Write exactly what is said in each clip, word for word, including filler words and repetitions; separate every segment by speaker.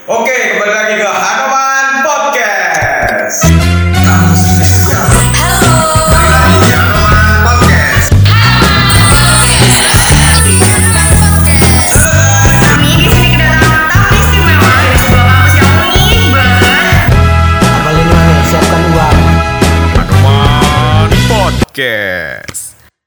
Speaker 1: Oke, kembali lagi ke Hanoman Podcast.
Speaker 2: Halo.
Speaker 1: Kembali lagi di Hanoman Podcast.
Speaker 2: Kami di sini kedatangan tamu istimewa dari sebuah kampus yang unik banget.
Speaker 3: Apalagi nih, siapkan uang.
Speaker 1: Hanoman Podcast.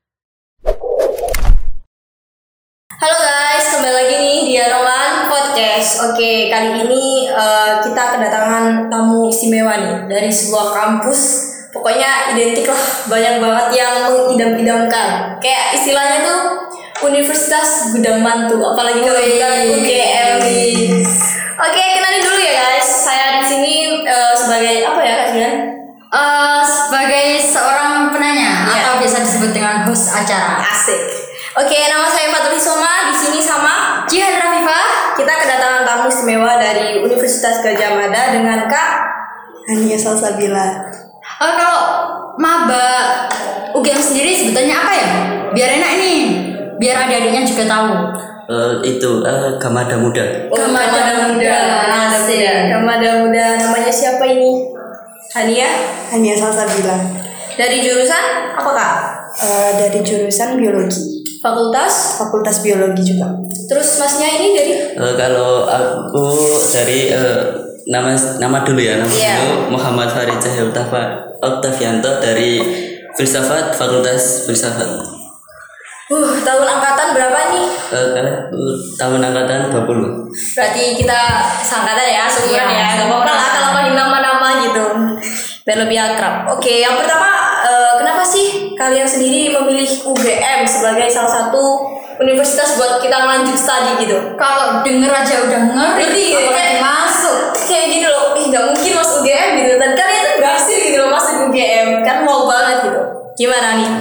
Speaker 4: Halo guys, kembali lagi nih di Hanoman Podcast. Oke, kali ini uh, kita kedatangan tamu istimewa nih dari sebuah kampus. Pokoknya identik lah, banyak banget yang mengidam-idamkan. Kayak istilahnya tuh Universitas Gudang Mantu, apalagi kalau bukan U G M nih. Oke, kenalin dulu ya guys. Saya di sini uh, sebagai apa ya Kak Jian?
Speaker 2: Uh, sebagai seorang penanya
Speaker 4: Iya.
Speaker 2: atau biasa disebut dengan host acara.
Speaker 4: Asik. Oke, nama saya Fatul Soma. Di sini sama
Speaker 2: Jihan Rafifah.
Speaker 4: kita kedatangan tamu istimewa dari Universitas Gadjah Mada dengan Kak Hania Salsabila.
Speaker 2: Uh, kalau maba U G M sendiri sebetulnya apa ya? Biar enak ini, biar adik-adiknya juga tahu.
Speaker 3: Eh, itu eh, Gamada Muda.
Speaker 4: Oh, Gamada Muda.
Speaker 2: Asik.
Speaker 4: Gamada Muda. Namanya siapa ini? Hania?
Speaker 5: Hania Salsabila.
Speaker 4: Dari jurusan apa Kak?
Speaker 5: Eh, dari jurusan biologi,
Speaker 4: Fakultas?
Speaker 5: Fakultas Biologi juga.
Speaker 4: Terus masnya ini dari?
Speaker 3: Eh, kalau aku dari eh, nama nama dulu ya, nama
Speaker 4: Iya.
Speaker 3: dulu Muhammad Farid Cahya Oktavianto dari Filsafat Fakultas Filsafat.
Speaker 4: Uh, tahun angkatan berapa nih?
Speaker 3: Eh, karena aku tahun angkatan dua puluh.
Speaker 4: Berarti kita seangkatan ya, seumuran
Speaker 2: Iya,
Speaker 4: ya. Gak apa-apa lah kalau panggil nama-nama gitu, biar lebih akrab. Oke, yang pertama, eh, kenapa sih kalian sendiri memilih U G M sebagai salah satu universitas buat kita lanjut studi gitu?
Speaker 2: Kalau denger aja udah ngeri,
Speaker 4: Ngeri ya?
Speaker 2: apalagi masuk.
Speaker 4: Kayak gini loh, ih gak mungkin masuk U G M gitu. Dan kalian tuh berhasil gitu loh masuk U G M, kan mau banget gitu. Gimana nih?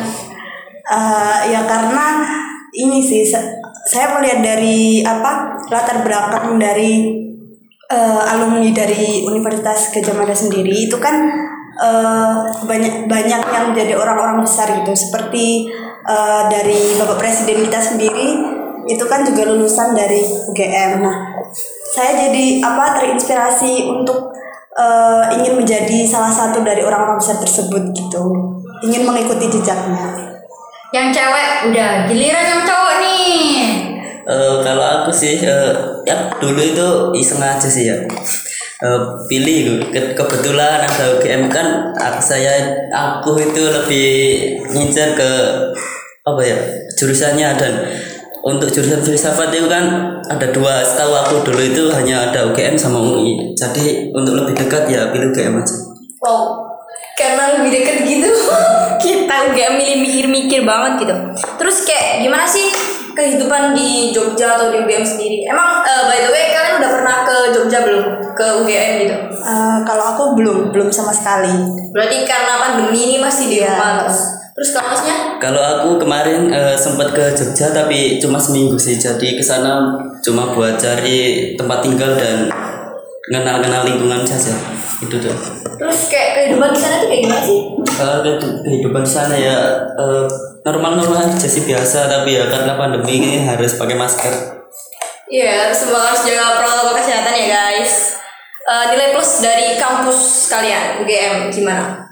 Speaker 5: Eh, ya karena ini sih se- saya melihat dari apa latar belakang dari eh, alumni dari Universitas Gadjah Mada sendiri itu kan eh, banyak banyak yang jadi orang-orang besar gitu, seperti eh, dari Bapak Presiden kita sendiri itu kan juga lulusan dari U G M. Nah, saya jadi apa terinspirasi untuk eh, ingin menjadi salah satu dari orang-orang besar tersebut gitu, ingin mengikuti jejaknya.
Speaker 2: Yang cewek udah, giliran yang cowok nih.
Speaker 3: Eh, kalau aku sih eh, ya dulu itu iseng aja sih ya. Eh, pilih Ke- kebetulan ada U G M kan aku, saya aku itu lebih ngincer ke apa ya jurusannya, dan untuk jurusan filsafat itu kan ada dua, setahu aku dulu itu hanya ada U G M sama U I, jadi untuk lebih dekat ya pilih U G M aja.
Speaker 4: Wow, karena lebih deket gitu kita gak milih mikir-mikir banget gitu. Terus kayak gimana sih kehidupan di Jogja atau di U G M sendiri? Emang eh, by the way kalian udah pernah ke Jogja belum? Ke U G M gitu?
Speaker 5: Eh, kalau aku belum belum sama sekali.
Speaker 4: Berarti karena pandemi ini masih di
Speaker 5: Iya.
Speaker 4: rumah terus. Terus kalau masnya?
Speaker 3: Kalau aku kemarin eh, sempat ke Jogja tapi cuma seminggu sih, jadi ke sana cuma buat cari tempat tinggal dan kenal-kenal lingkungan saja. Itu tuh.
Speaker 4: Terus kayak kehidupan di sana tuh kayak gimana sih?
Speaker 3: Kalau kehidupan di sana ya eh, normal-normal aja sih, biasa, tapi ya karena pandemi ini harus pakai masker.
Speaker 4: Iya, semua harus jaga protokol kesehatan ya guys. Eh, nilai plus dari kampus kalian U G M gimana?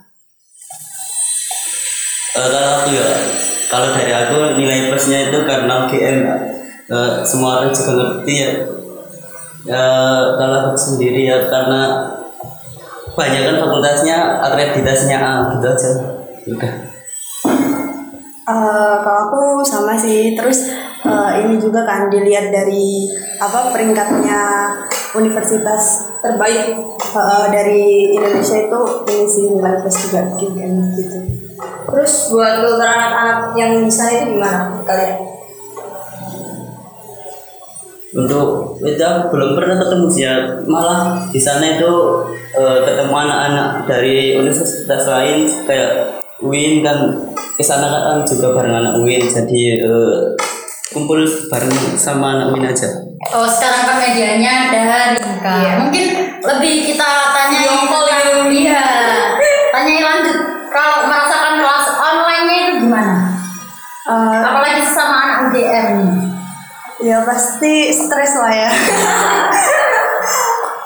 Speaker 3: Eh, kalau aku ya, kalau dari aku nilai plusnya itu karena U G M eh, semua orang juga ngerti ya. Eh, kalau aku sendiri ya karena banyak kan fakultasnya akreditasinya A gitu aja. Udah.
Speaker 5: Eh, kalau aku sama sih. Terus eh, ini juga kan dilihat dari apa peringkatnya universitas
Speaker 4: Terbaik.
Speaker 5: eh, dari Indonesia itu ini sih nilai plus juga U G M gitu.
Speaker 4: Terus buat kultur anak-anak yang di sana itu gimana kalian?
Speaker 3: Untuk itu aku belum pernah ketemu sih ya, malah di sana itu eh, ketemu anak-anak dari universitas lain kayak U I N kan, kesana kan juga bareng anak U I N, jadi eh, kumpul bareng sama anak U I N aja.
Speaker 2: Oh, sekarang komediannya dari Kak.
Speaker 4: Iya.
Speaker 2: Mungkin lebih kita tanya
Speaker 4: Video call gitu.
Speaker 2: Iya. Tanyai lanjut. Kalau merasakan kelas online-nya itu gimana?
Speaker 5: Eh,
Speaker 2: Apalagi sama anak U G M nih.
Speaker 5: ya pasti stres lah ya.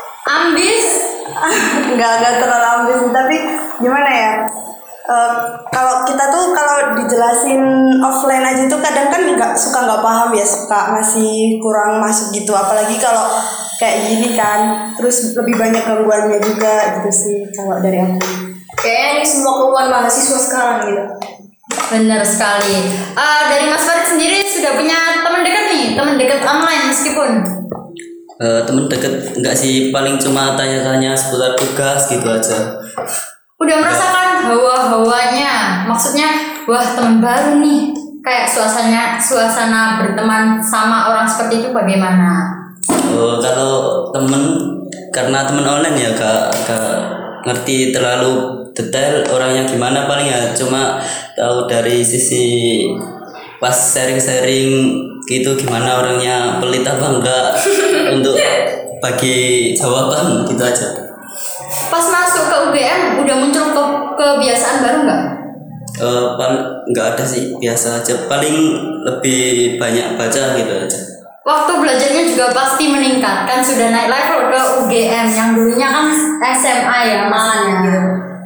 Speaker 5: nggak nggak terlalu ambis tapi gimana ya? Uh, kalau kita tuh kalau dijelasin offline aja tuh kadang kan nggak suka nggak paham ya, suka masih kurang masuk gitu, apalagi kalau kayak gini kan, terus lebih banyak gangguannya juga gitu sih kalau dari aku.
Speaker 4: Kayaknya ini semua keluhan mahasiswa sekarang gitu.
Speaker 2: Benar sekali. Uh, dari Mas Farid sendiri sudah punya teman dekat nih, teman dekat online meskipun.
Speaker 3: Uh, teman dekat enggak sih, paling cuma tanya-tanya seputar tugas gitu aja.
Speaker 2: Udah merasakan hawa-hawanya, maksudnya wah teman baru nih, kayak suasananya suasana berteman sama orang seperti itu bagaimana?
Speaker 3: Uh, kalau temen, karena temen online ya gak, gak ngerti terlalu detail orangnya gimana, paling ya cuma tahu dari sisi pas sharing-sharing gitu gimana orangnya, pelit apa enggak untuk bagi jawaban gitu aja.
Speaker 2: Pas masuk ke U G M udah muncul ke kebiasaan baru nggak?
Speaker 3: Uh, paling nggak ada sih, biasa aja, paling lebih banyak baca gitu aja.
Speaker 2: Waktu belajarnya juga pasti meningkat, kan sudah naik level ke U G M yang dulunya kan S M A ya malah gitu.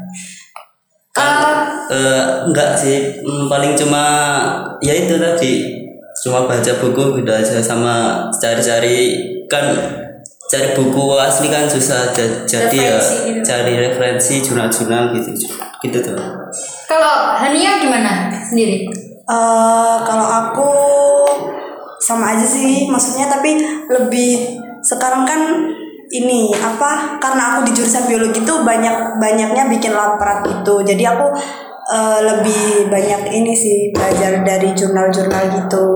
Speaker 3: Uh, uh, enggak sih, hmm, paling cuma ya itu tadi, cuma baca buku gitu aja, sama cari-cari, kan cari buku asli kan susah, jadi ya
Speaker 4: gitu.
Speaker 3: Cari referensi jurnal-jurnal gitu gitu tuh.
Speaker 2: Kalau Hania gimana sendiri?
Speaker 5: Uh, kalau aku sama aja sih, maksudnya tapi lebih sekarang kan ini apa, karena aku di jurusan biologi tuh banyak banyaknya bikin laporan gitu, jadi aku uh, lebih banyak ini sih belajar dari jurnal-jurnal gitu.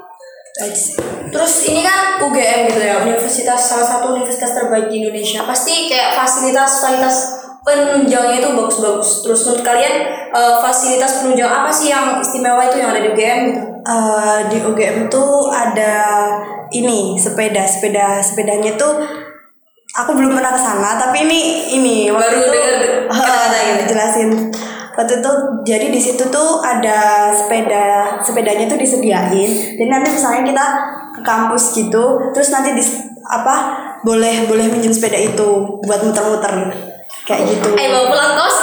Speaker 4: Terus ini kan U G M gitu ya, universitas, salah satu universitas terbaik di Indonesia, pasti kayak fasilitas-fasilitas penunjangnya itu bagus-bagus. Terus menurut kalian uh, fasilitas penunjang apa sih yang istimewa itu yang ada di U G M gitu?
Speaker 5: Uh, di U G M tuh ada ini sepeda, sepeda sepedanya tuh aku belum pernah ke sana, tapi ini ini
Speaker 4: baru dengar kata-kata gitu
Speaker 5: dijelasin. Waktu itu jadi di situ tuh ada sepeda, sepedanya tuh disediain. Jadi nanti misalnya kita ke kampus gitu, terus nanti di apa boleh boleh minjem sepeda itu buat muter-muter kayak gitu.
Speaker 4: Ayo bawa pulang kos.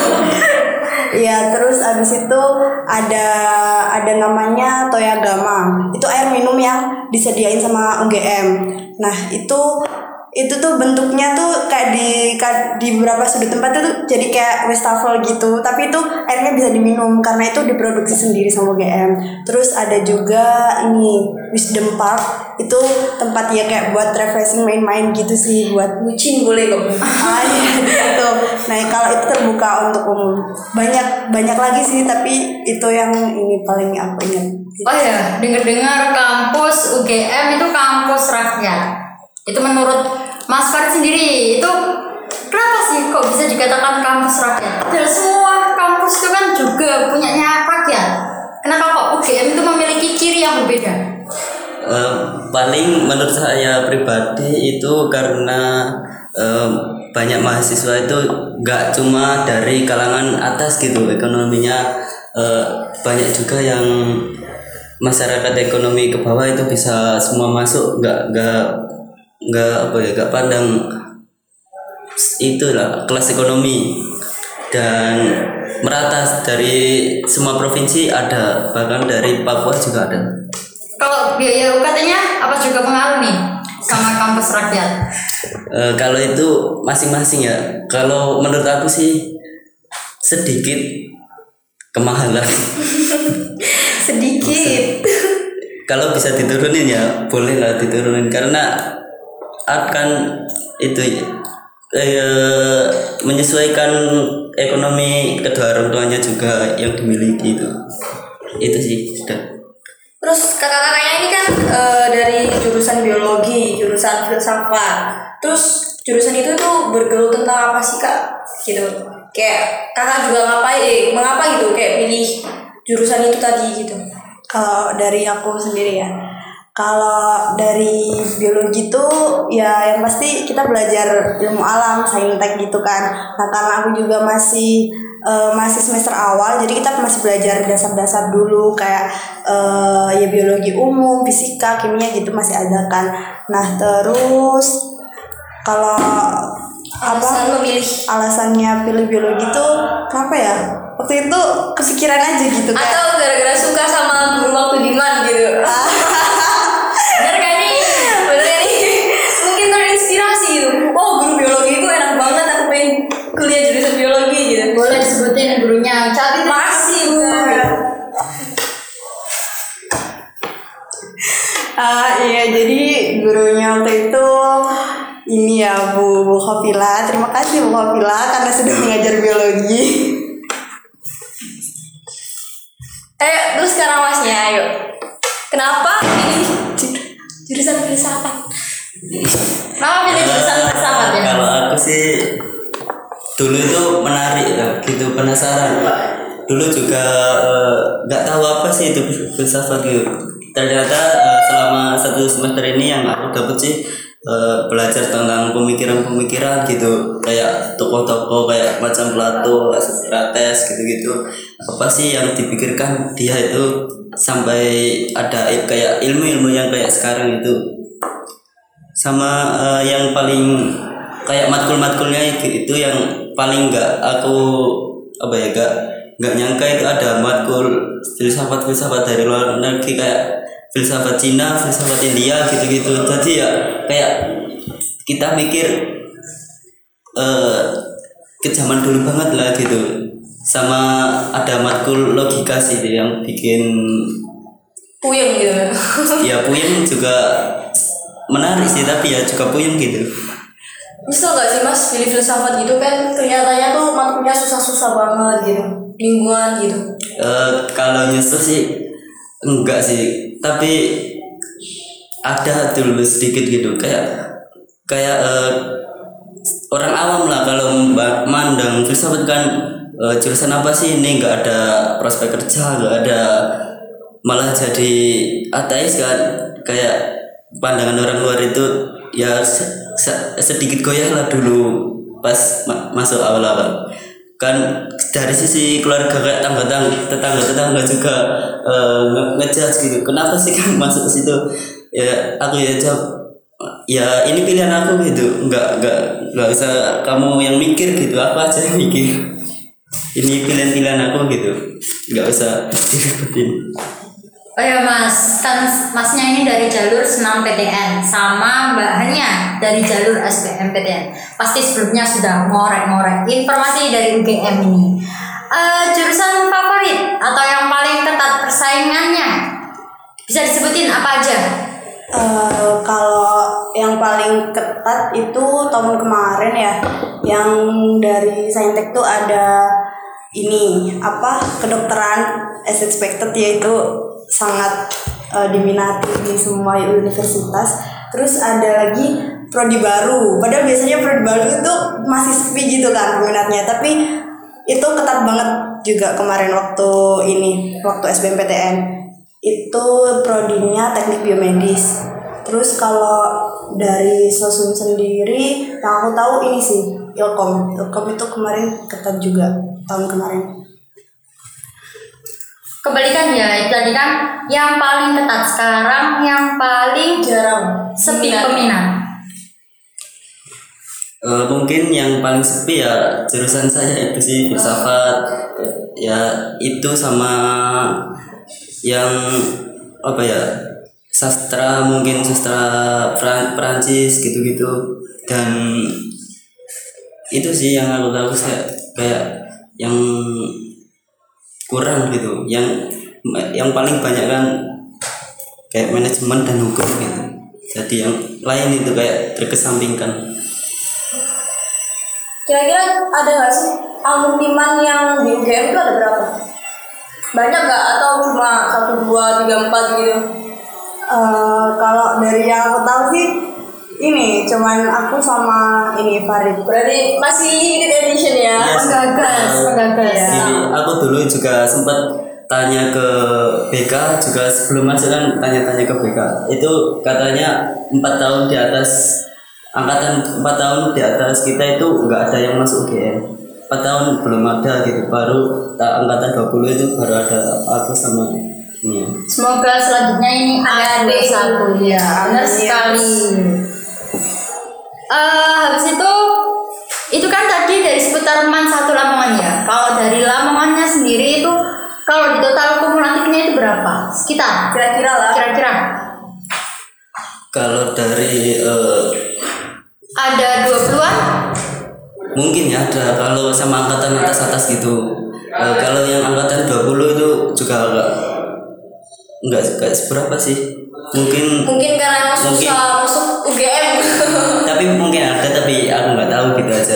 Speaker 5: Iya, terus abis itu ada ada namanya Toyagama. Itu air minum yang disediain sama U G M. Nah, itu itu tuh bentuknya tuh kayak di di beberapa sudut tempat itu jadi kayak wastafel gitu, tapi itu airnya bisa diminum karena itu diproduksi sendiri sama U G M. Terus ada juga ini Wisdom Park, itu tempat ya kayak buat refreshing, main-main gitu sih, buat
Speaker 4: bucin boleh kok.
Speaker 5: ah iya gitu. Nah kalau itu terbuka untuk umum, banyak banyak lagi sih, tapi itu yang ini paling aku ingat.
Speaker 2: Oh ya, dengar-dengar kampus U G M itu kampus rakyat. Itu menurut Mas Farid sendiri itu kenapa sih kok bisa dikatakan kampus rakyat? Dan semua kampus itu kan juga punyanya rakyat. Kenapa kok U G M itu memiliki ciri yang berbeda?
Speaker 3: Uh, paling menurut saya pribadi itu karena uh, banyak mahasiswa itu nggak cuma dari kalangan atas gitu ekonominya, uh, banyak juga yang masyarakat ekonomi ke bawah itu bisa semua masuk, nggak nggak nggak apa ya nggak pandang itulah kelas ekonomi, dan merata dari semua provinsi ada, bahkan dari Papua juga ada.
Speaker 2: Kalau biaya U K T-nya apa juga pengaruh nih sama kampus rakyat?
Speaker 3: E, kalau itu masing-masing ya. Kalau menurut aku sih sedikit kemahalan.
Speaker 4: Sedikit.
Speaker 3: Kalau bisa diturunin ya bolehlah diturunin, karena akan itu eh, menyesuaikan ekonomi kedua orang tuanya juga yang dimiliki itu. Itu sih sudah.
Speaker 4: Terus kakak-kakaknya ini kan e, dari jurusan biologi, jurusan filsafat. Terus jurusan itu tuh bergelut tentang apa sih kak? Gitu. Kayak kakak juga ngapain? Eh, mengapa gitu? Kayak pilih jurusan itu tadi gitu.
Speaker 5: Kalau dari aku sendiri ya, kalau dari biologi tuh ya yang pasti kita belajar ilmu alam, saintek gitu kan. Nah karena aku juga masih uh, masih semester awal, jadi kita masih belajar dasar-dasar dulu kayak uh, ya biologi umum, fisika, kimia gitu masih ada kan. Nah terus kalau
Speaker 4: Alasan memilih.
Speaker 5: alasannya pilih biologi tuh kenapa ya? Waktu itu kepikiran aja gitu kayak.
Speaker 4: Atau gara-gara suka sama guru waktu Diman gitu.
Speaker 2: Bener kan nih?
Speaker 4: Bener kan nih? Mungkin terinspirasi gitu. Oh, guru biologi itu enak banget, aku pengen kuliah jurusan biologi gitu.
Speaker 2: Boleh disebutin gurunya. Catat
Speaker 4: Masih, Bu.
Speaker 5: Ah iya, jadi gurunya waktu itu ini ya Bu Bu Khofila. Terima kasih Bu Khofila karena sudah mengajar biologi.
Speaker 4: Eh, terus sekarang Masnya, ayo. Kenapa pilih jurusan filsafat?
Speaker 2: Kenapa pilih jurusan filsafat ya?
Speaker 3: Kalau aku sih dulu itu menarik ya, gitu penasaran. Dulu juga nggak eh, tahu apa sih itu filsafat gitu. Ternyata eh, selama satu semester ini yang aku dapat sih eh, belajar tentang pemikiran-pemikiran gitu, kayak tokoh-tokoh kayak macam Plato, Socrates gitu-gitu. Apa sih yang dipikirkan dia itu sampai ada kayak ilmu-ilmu yang kayak sekarang itu. Sama uh, yang paling kayak matkul-matkulnya itu, itu yang paling nggak aku apa ya nggak nggak nyangka itu ada matkul filsafat-filsafat dari luar negeri kayak filsafat Cina, filsafat India gitu-gitu. Jadi ya kayak kita pikir uh, ke zaman dulu banget lah gitu. Sama ada matkul logika sih yang bikin
Speaker 4: Puyeng gitu.
Speaker 3: ya puyeng juga menarik sih, tapi ya juga puyeng gitu.
Speaker 4: Bisa gak sih Mas pilih filsafat gitu kan kelihatannya tuh matkulnya susah-susah banget gitu, lingkungan gitu.
Speaker 3: Uh, kalau nyesel sih enggak sih, tapi ada dulu sedikit gitu kayak kayak uh, orang awam lah kalau mandang filsafat kan uh, jurusan apa sih ini, nggak ada prospek kerja, nggak ada, malah jadi ateis kan, kayak pandangan orang luar itu ya sedikit goyah lah dulu pas ma- masuk awal-awal kan. Dari sisi keluarga kayak tangga-tangga tetangga-tetangga juga uh, ngejudge gitu, kenapa sih kan masuk ke situ. Ya aku ya jawab ya ini pilihan aku gitu, nggak nggak nggak usah kamu yang mikir gitu, aku aja yang mikir, ini pilihan-pilihan aku gitu, nggak usah diikutin.
Speaker 2: Oh ya Mas, kan Masnya ini dari jalur senam P T N sama Mbak Hanya dari jalur S B M P T N. Pasti sebelumnya sudah ngorek-ngorek informasi dari U G M ini. Uh, jurusan favorit atau yang paling ketat persaingannya bisa disebutin apa aja?
Speaker 5: Uh, kalau yang paling ketat itu tahun kemarin ya, yang dari Saintek tuh ada ini apa kedokteran as expected, yaitu sangat uh, diminati di semua universitas. Terus ada lagi prodi baru, padahal biasanya prodi baru itu masih sepi gitu kan peminatnya, tapi itu ketat banget juga kemarin waktu ini waktu S B M P T N itu prodinya teknik biomedis. Terus kalau dari sosum sendiri yang aku tahu ini sih Ilkom. Ilkom itu kemarin ketat juga tahun kemarin.
Speaker 2: Kebalikan ya, itu tadi kan yang paling ketat, sekarang yang paling
Speaker 4: Jarang
Speaker 2: sepi
Speaker 4: Minat.
Speaker 2: peminat.
Speaker 3: Uh, mungkin yang paling sepi ya jurusan saya itu sih filsafat, ya itu sama yang apa ya sastra, mungkin sastra Peran- Perancis gitu-gitu, dan itu sih yang aku tahu saya kayak yang kurang gitu, yang yang paling banyak kan kayak manajemen dan hukum gitu, jadi yang lain itu kayak terkesampingkan.
Speaker 4: Kira-kira ada nggak sih alumniman yang di U G M itu ada berapa? Banyak nggak atau cuma satu dua tiga empat gitu?
Speaker 5: Uh, kalau dari yang aku tahu sih ini cuman aku sama ini Farid.
Speaker 4: Berarti masih limited edition ya?
Speaker 3: Yes.
Speaker 2: Penggagas, penggagas.
Speaker 3: Jadi aku dulu juga sempat tanya ke B K juga sebelum masuk kan, tanya-tanya ke B K itu katanya empat tahun di atas angkatan empat tahun di atas kita itu nggak ada yang masuk U G M. empat tahun belum ada gitu, baru tak angkatan dua puluh itu baru ada aku sama ini.
Speaker 2: Semoga selanjutnya ini ada
Speaker 4: Amin.
Speaker 2: satu ya, benar
Speaker 5: Amin.
Speaker 2: sekali. Uh, habis itu dari Lamongannya sendiri itu kalau di total kumulatifnya itu berapa? Sekitar
Speaker 4: Kira-kira lah.
Speaker 2: kira-kira
Speaker 3: Kalau dari eh,
Speaker 2: ada dua puluhan?
Speaker 3: mungkin ya ada kalau sama angkatan atas atas gitu. Eh, kalau yang angkatan dua puluh itu juga agak enggak enggak seberapa sih. Mungkin
Speaker 4: Mungkin karena emang
Speaker 3: Mungkin.
Speaker 4: susah masuk U G M.
Speaker 3: tapi mungkin ada tapi aku nggak tahu gitu aja.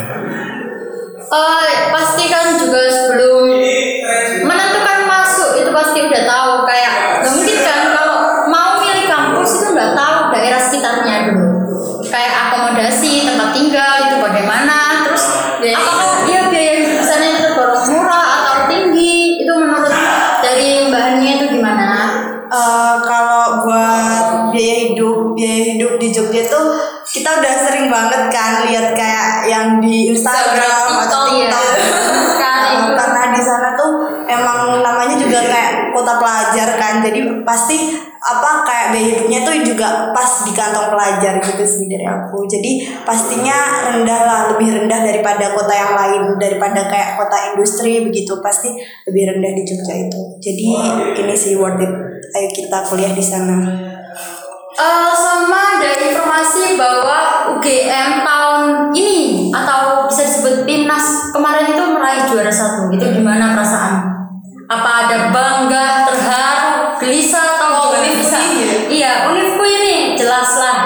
Speaker 2: Eh pasti kan juga sebelum menentukan masuk itu pasti udah tahu kayak nggak mungkin kan kalau mau milih kampus itu nggak tahu daerah sekitarnya dulu kayak akomodasi tempat tinggal itu bagaimana terus
Speaker 4: Biaya
Speaker 2: apakah dia biaya hidup di sana itu tergolong murah atau tinggi itu menurut dari bahannya itu gimana?
Speaker 5: Eh, kalau buat biaya hidup biaya hidup di Jogja tuh kita udah sering banget kan lihat kayak yang di Instagram atau
Speaker 2: Iya.
Speaker 5: TikTok.
Speaker 2: Sekali.
Speaker 5: Eh, karena di sana tuh emang namanya juga kayak kota pelajar kan, jadi pasti apa kayak biaya hidupnya tuh juga pas di kantong pelajar gitu sih dari aku. Jadi pastinya rendah lah, lebih rendah daripada kota yang lain, daripada kayak kota industri begitu, pasti lebih rendah di Jogja itu. Jadi ini sih worth it. Ayo kita kuliah di sana.
Speaker 2: Eh, sama ada informasi bahwa U G M tahun ini atau bisa disebut Timnas kemarin itu meraih juara satu. Itu gimana perasaan? Apa ada bangga, terharu, gelisah atau
Speaker 4: Oh,
Speaker 2: gimana?
Speaker 4: Unifku
Speaker 2: Bisa?
Speaker 4: ini ya?
Speaker 2: Iya, Unifku ini jelas lah.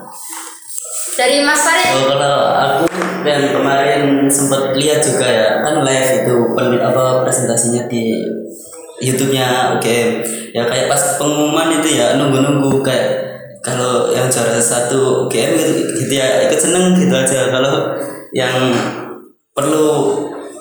Speaker 2: Dari Mas Farid.
Speaker 3: Oh, kalau aku dan kemarin sempat lihat juga ya kan live itu pen, apa presentasinya di YouTube-nya U G M. Ya kayak pas pengumuman itu ya nunggu-nunggu kayak kalau yang juara satu U G M gitu, gitu ya ikut seneng gitu aja. Kalau yang perlu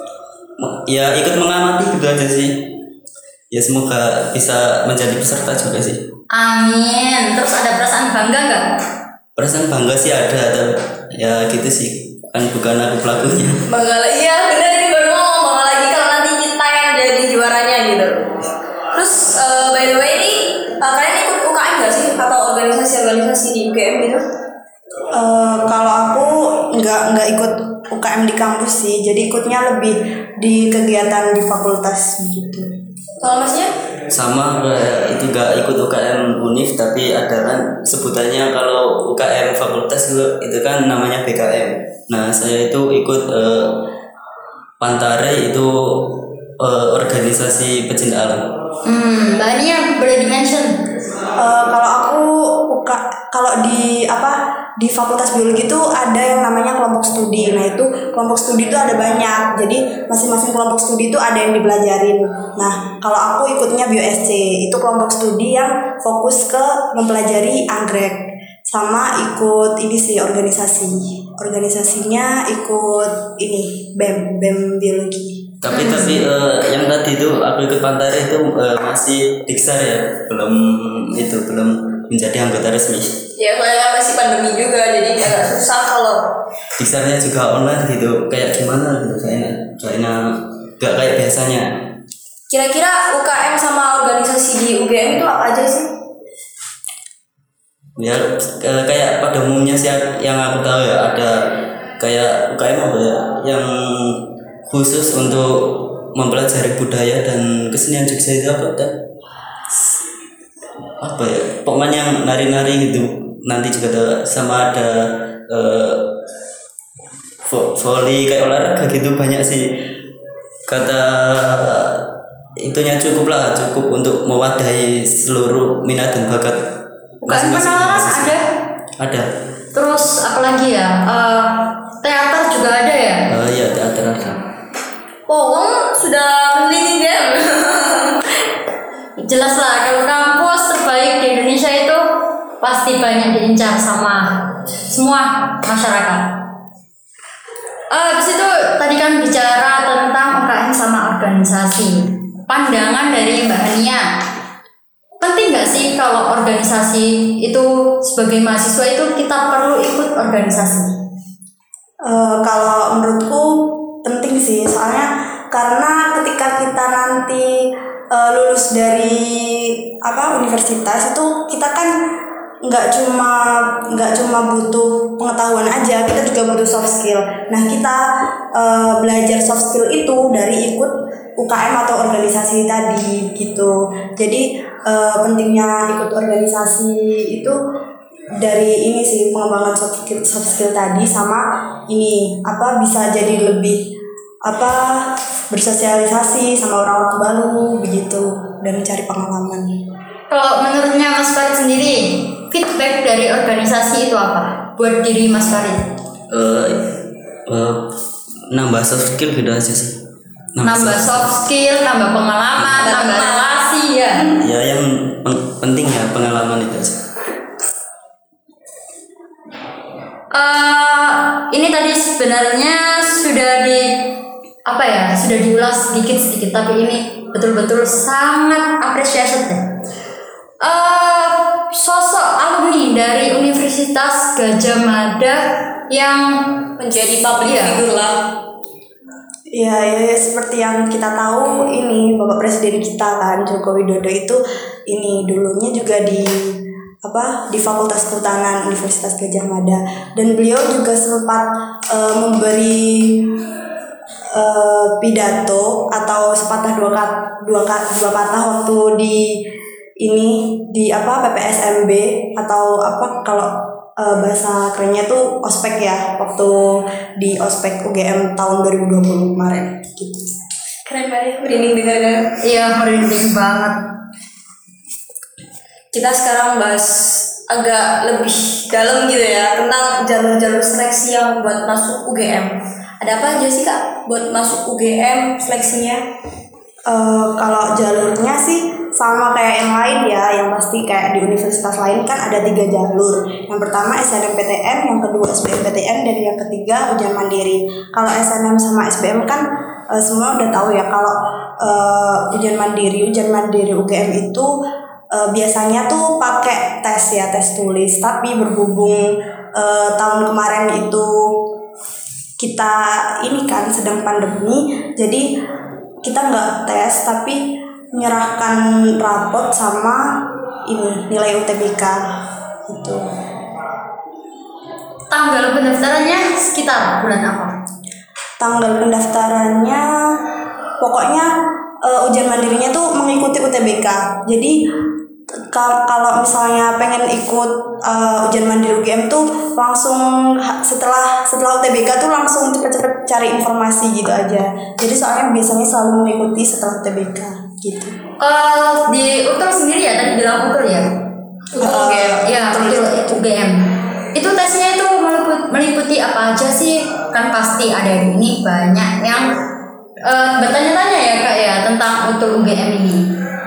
Speaker 3: ya ikut mengamati gitu aja sih. Ya semoga bisa menjadi peserta juga sih.
Speaker 2: Amin. Terus ada perasaan bangga nggak?
Speaker 3: Perasaan bangga sih ada, tapi ya gitu sih kan bukan aku pelakunya.
Speaker 4: Bangga lagi, iya benar ini baru ngomong bangga lagi kalau nanti kita yang jadi juaranya gitu. Terus eh, by the way ini eh, kalian ikut U K M nggak sih atau organisasi-organisasi di U G M gitu?
Speaker 5: Eh, kalau aku nggak nggak ikut U K M di kampus sih, jadi ikutnya lebih di kegiatan di fakultas begitu.
Speaker 4: Kalau masnya?
Speaker 3: Sama kayak itu gak ikut U K M Univ tapi ada kan sebutannya kalau U K M fakultas itu, itu kan namanya B K M. Nah saya itu ikut eh, Pantare itu eh, organisasi pecinta alam.
Speaker 2: Hmm, bahannya boleh dimention.
Speaker 5: Eh, kalau aku U K kalau di apa di fakultas biologi itu ada yang namanya kelompok studi. Nah itu kelompok studi itu ada banyak. Jadi masing-masing kelompok studi itu ada yang dipelajarin. Nah kalau aku ikutnya Bio S C, itu kelompok studi yang fokus ke mempelajari anggrek. Sama ikut ini sih organisasi. Organisasinya ikut ini B E M, B E M biologi.
Speaker 3: Tapi tapi eh, yang tadi itu aku ikut Pantare itu eh, masih diksar ya, belum itu belum menjadi anggota resmi.
Speaker 4: Ya soalnya masih pandemi juga jadi agak susah kalau
Speaker 3: Diksarnya juga online gitu, kayak gimana gitu kayaknya, kayaknya gak kayak biasanya.
Speaker 4: kira-kira U K M sama organisasi di U G M itu apa aja sih?
Speaker 3: Ya eh, kayak pada umumnya sih yang aku tahu ya ada kayak U K M apa ya yang khusus untuk mempelajari budaya dan kesenian Jogja itu apa kan? Apa ya pokoknya yang nari-nari gitu nanti juga ada sama ada eh, vo- volley kayak olahraga gitu banyak sih kata itunya cukup lah cukup untuk mewadahi seluruh minat dan bakat
Speaker 2: Bukan penalaran
Speaker 3: mahasiswa.
Speaker 2: ada.
Speaker 3: Ada.
Speaker 2: Terus apalagi ya? Eh, teater juga ada ya?
Speaker 3: Oh iya teater ada.
Speaker 4: Oh, kamu sudah meneliti game.
Speaker 2: Jelas lah kalau kampus terbaik di Indonesia itu pasti banyak diincar sama semua masyarakat. Eh, habis itu tadi kan bicara tentang U K M sama organisasi. Pandangan dari Mbak Hania, penting nggak sih kalau organisasi itu sebagai mahasiswa itu kita perlu ikut organisasi?
Speaker 5: Eh, kalau menurutku penting sih, soalnya karena ketika kita nanti eh, lulus dari apa universitas itu kita kan nggak cuma nggak cuma butuh pengetahuan aja, kita juga butuh soft skill. Nah kita uh, belajar soft skill itu dari ikut U K M atau organisasi tadi gitu. Jadi uh, pentingnya ikut organisasi itu dari ini sih, pengembangan soft skill, soft skill tadi, sama ini apa bisa jadi lebih apa bersosialisasi sama orang-orang baru begitu dan mencari pengalaman.
Speaker 2: Kalau menurutnya Mas Farid sendiri, feedback dari organisasi itu apa buat diri Mas Farid?
Speaker 3: Uh, uh, nambah soft skill gitu aja sih.
Speaker 2: Nambah soft skill, nambah pengalaman, nambah relasi ya.
Speaker 3: Ya yang pen- penting ya pengalaman itu aja.
Speaker 2: Uh, ini tadi sebenarnya sudah di apa ya sudah diulas sedikit sedikit, tapi ini betul-betul sangat apresiasi deh. Uh, sosok alumni dari Universitas Gadjah Mada yang
Speaker 4: menjadi public
Speaker 2: iya.
Speaker 4: figure lah.
Speaker 5: Ya, ya, ya, seperti yang kita tahu ini Bapak Presiden kita kan Joko Widodo itu ini dulunya juga di apa di Fakultas Kehutanan Universitas Gadjah Mada, dan beliau juga sempat uh, memberi uh, pidato atau sepatah dua kata dua kata dua kata waktu di ini di apa P P S M B atau apa kalau uh, bahasa kerennya tuh ospek ya, waktu di ospek U G M tahun dua ribu dua puluh kemarin gitu.
Speaker 4: Keren banget, merinding dengar-dengar.
Speaker 2: Iya, merinding banget.
Speaker 4: Kita sekarang bahas agak lebih dalam gitu ya tentang jalur-jalur seleksi yang buat masuk U G M. Ada apa aja sih Kak buat masuk U G M seleksinya?
Speaker 5: Uh, kalau jalurnya sih sama kayak yang lain ya, yang pasti kayak di universitas lain kan ada tiga jalur. Yang pertama S N M P T N, yang kedua S B M P T N, dan yang ketiga ujian mandiri. Kalau S N M sama S B M kan uh, semua udah tahu ya kalau uh, ujian mandiri, ujian mandiri U G M itu uh, biasanya tuh pakai tes ya, tes tulis. Tapi berhubung uh, tahun kemarin itu kita ini kan sedang pandemi, jadi kita nggak tes tapi menyerahkan rapot sama ini nilai U T B K gitu.
Speaker 2: Tanggal pendaftarannya sekitar bulan apa?
Speaker 5: Tanggal pendaftarannya pokoknya uh, ujian mandirinya tuh mengikuti U T B K. Jadi ka- kalau misalnya pengen ikut uh, ujian mandiri U G M tuh langsung setelah setelah U T B K tuh langsung cepet-cepet cari informasi gitu aja. Jadi soalnya biasanya selalu mengikuti setelah U T B K gitu.
Speaker 2: Kalau di Utul sendiri ya, tadi bilang Utul ya.
Speaker 5: Utul U G M.
Speaker 2: Ya, Utul U G M. Itu tesnya itu meliputi, meliputi apa aja sih? Kan pasti ada ini banyak yang uh, bertanya-tanya ya Kak ya tentang Utul U G M ini.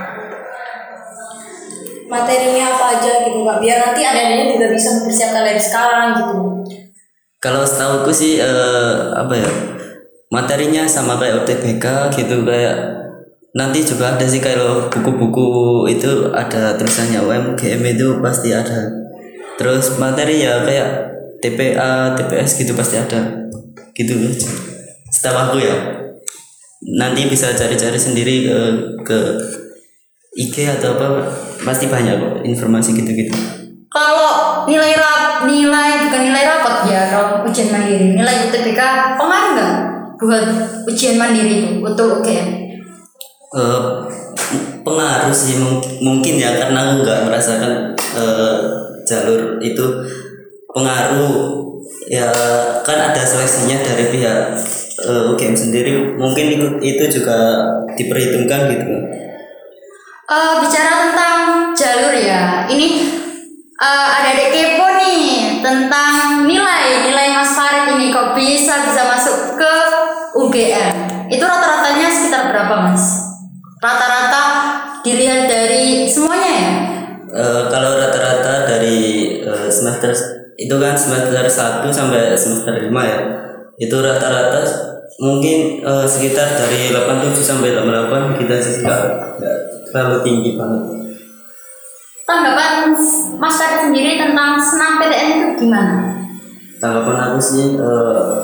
Speaker 4: Materinya apa aja gitu Kak, biar nanti adik-adiknya juga bisa mempersiapkan dari sekarang gitu.
Speaker 3: Kalau setahuku sih eh, apa ya materinya sama kayak U T B K gitu, kayak nanti juga ada sih kalau buku-buku itu ada tulisannya U M G M itu pasti ada. Terus materi ya kayak T P A, T P S gitu pasti ada gitu aja. Setahu aku ya. Nanti bisa cari-cari sendiri ke ke I G atau apa, pasti banyak kok informasi gitu-gitu.
Speaker 2: Kalau nilai rap, nilai bukan nilai rapot ya kalau ujian mandiri, nilai U T B K pengaruh nggak buat ujian mandiri itu Utul U G M?
Speaker 3: Uh, pengaruh sih mung- mungkin ya, karena aku nggak merasakan uh, jalur itu pengaruh ya, kan ada seleksinya dari pihak uh, U G M sendiri, mungkin itu, itu juga diperhitungkan gitu.
Speaker 2: Uh, bicara tentang jalur ya, ini uh, ada adik kepo nih tentang nilai nilai Mas Farid ini kok bisa bisa masuk ke U G M. Itu rata-ratanya sekitar berapa Mas? Rata-rata dilihat dari semuanya ya?
Speaker 3: Uh, kalau rata-rata dari uh, semester itu kan semester satu sampai semester lima ya, itu rata-rata mungkin uh, sekitar dari delapan puluh tujuh sampai delapan puluh delapan kita sih nggak nggak terlalu tinggi banget.
Speaker 2: Tanggapan Mas Farid sendiri tentang senam P T N itu gimana?
Speaker 3: Tanggapan aku sih uh,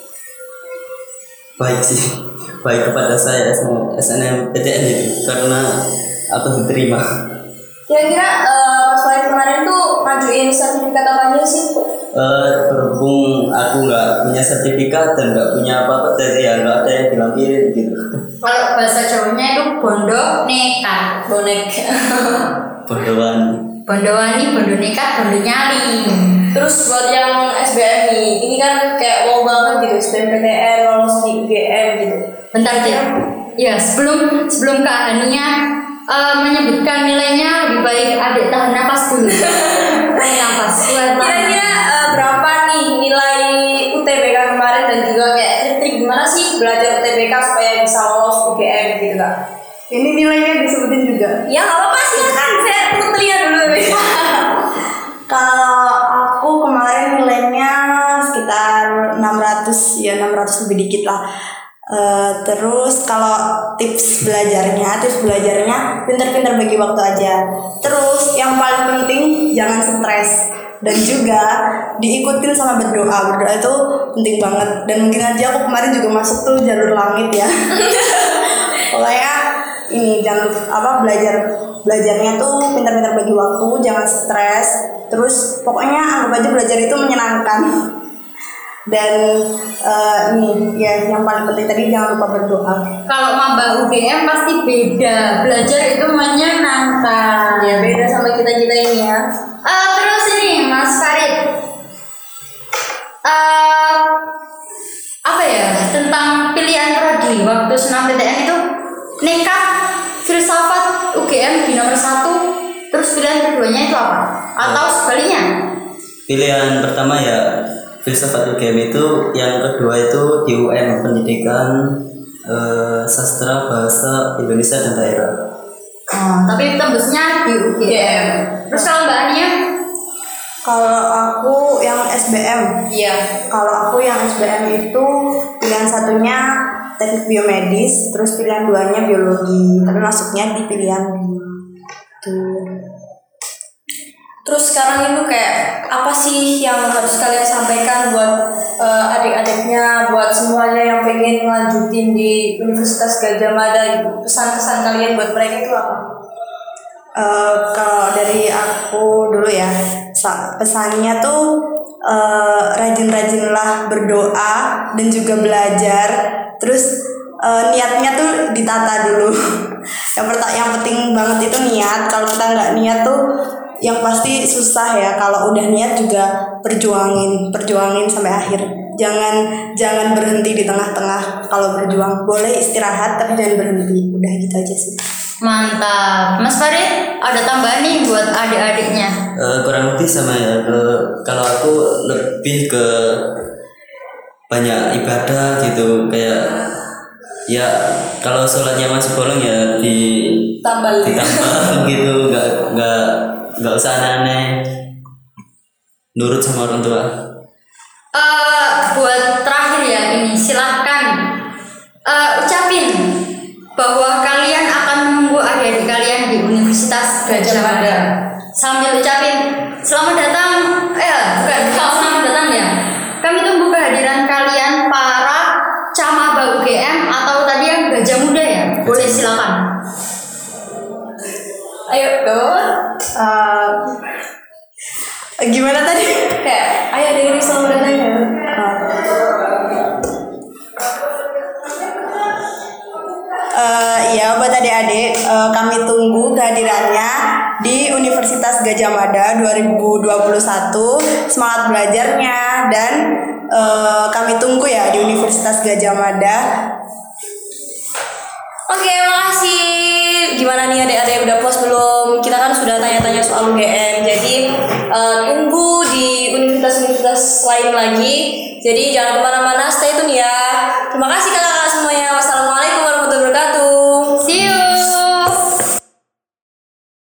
Speaker 3: baik sih, baik kepada saya S N M P T N itu, karena aku diterima.
Speaker 4: Kira-kira uh, Mas Farid kemarin tuh ngajuin sertifikat apa aja sih?
Speaker 3: Uh, berhubung aku nggak punya sertifikat dan nggak punya apa-apa, jadi ya nggak ada yang dilampirin gitu.
Speaker 2: Kalau bahasa Jawanya itu bondo nekat.
Speaker 4: Bonek.
Speaker 3: Bondoan.
Speaker 2: Bondowani, bondo nekat, bondo nyali.
Speaker 4: Terus buat yang S B M nih, ini kan kayak wow banget gitu, S B M P T N lolos di U G M gitu.
Speaker 2: Bentar aja. Ya, sebelum sebelum Kak Hania uh, menyebutkan nilainya, lebih baik adik tahan nafas dulu. Tahan nafas.
Speaker 4: Kira-kira uh, berapa nih nilai U T B K kemarin dan juga kayak trik gimana sih belajar U T B K supaya bisa lolos U G M gitu Kak?
Speaker 5: Ini nilainya disebutin juga.
Speaker 4: Ya nggak apa-apa sih kan, saya perlu telia dulu.
Speaker 5: Kalau aku kemarin nilainya sekitar enam ratus, ya enam ratus lebih dikit lah. Uh, terus kalau tips belajarnya, tips belajarnya pintar-pintar bagi waktu aja. Terus yang paling penting jangan stres dan juga diikutin sama berdoa. Berdoa itu penting banget dan mungkin aja aku kemarin juga masuk tuh jalur langit ya. Pokoknya ini jangan lupa apa belajar belajarnya tuh pintar-pintar bagi waktu, jangan stres. Terus pokoknya anggap aja belajar itu menyenangkan. Dan uh, ini ya yang paling penting tadi jangan lupa berdoa.
Speaker 2: Kalau maba U G M pasti beda, belajar itu menyenangkan.
Speaker 4: Ya beda sama kita-kita ini ya.
Speaker 2: Uh, terus ini Mas Farid, uh, apa ya tentang pilihan prodi waktu senam P T N itu nekat, filsafat, U G M di nomor satu, terus pilihan keduanya itu apa? Atau sebaliknya?
Speaker 3: Pilihan pertama ya filsafat U G M itu, yang kedua itu di U M pendidikan eh, sastra bahasa Indonesia dan daerah.
Speaker 2: Oh, tapi tembusnya di U G M. Terus kalau Mbak Ania?
Speaker 5: Kalau aku yang S B M.
Speaker 4: Iya.
Speaker 5: Kalau aku yang S B M itu pilihan satunya teknik biomedis, terus pilihan duanya biologi. Tapi masuknya di pilihan dua. Tuh.
Speaker 4: Terus sekarang itu kayak apa sih yang harus kalian sampaikan buat uh, adik-adiknya, buat semuanya yang pengen ngelanjutin di Universitas Gadjah Mada? Pesan-pesan kalian buat mereka itu apa?
Speaker 5: Uh, kalau dari aku dulu ya, pesannya tuh uh, rajin-rajinlah berdoa dan juga belajar. Terus uh, niatnya tuh ditata dulu. yang pertama, yang penting banget itu niat. Kalau kita nggak niat tuh yang pasti susah ya. Kalau udah niat juga perjuangin, perjuangin sampai akhir. Jangan jangan berhenti di tengah-tengah. Kalau berjuang boleh istirahat tapi jangan berhenti. Udah gitu aja sih.
Speaker 2: Mantap. Mas Farid, ada tambahan nih buat adik-adiknya?
Speaker 3: Uh, kurang lebih sama ya. Uh, kalau aku lebih ke banyak ibadah gitu, kayak ya kalau sholatnya masih bolong ya di
Speaker 4: Tambah
Speaker 3: ditambah gitu, nggak nggak nggak usah aneh-aneh, nurut sama orang tua.
Speaker 2: Uh, buat terakhir ya ini silahkan uh, ucapin bahwa kalian akan menunggu adik-adik kalian di Universitas Gadjah Mada. Sambil ucapin selamat datang, eh bukan selamat datang ya. Kami tunggu kehadiran kalian para camaba U G M atau tadi yang Gajah Muda ya. Boleh silakan.
Speaker 4: Ayo dong.
Speaker 5: Uh, gimana tadi?
Speaker 4: Kayak ayo dengerin selamat datang ya.
Speaker 5: Uh, ya buat adik-adik, uh, kami tunggu kehadirannya di Universitas Gadjah Mada dua ribu dua puluh satu. Semangat belajarnya dan uh, kami tunggu ya di Universitas Gadjah Mada.
Speaker 4: Oke, makasih. Gimana nih adik-adik udah puas belum? Kita kan sudah tanya-tanya soal U G M. Jadi uh, tunggu di universitas-universitas lain lagi. Jadi jangan kemana-mana, stay tune ya. Terima kasih kalian.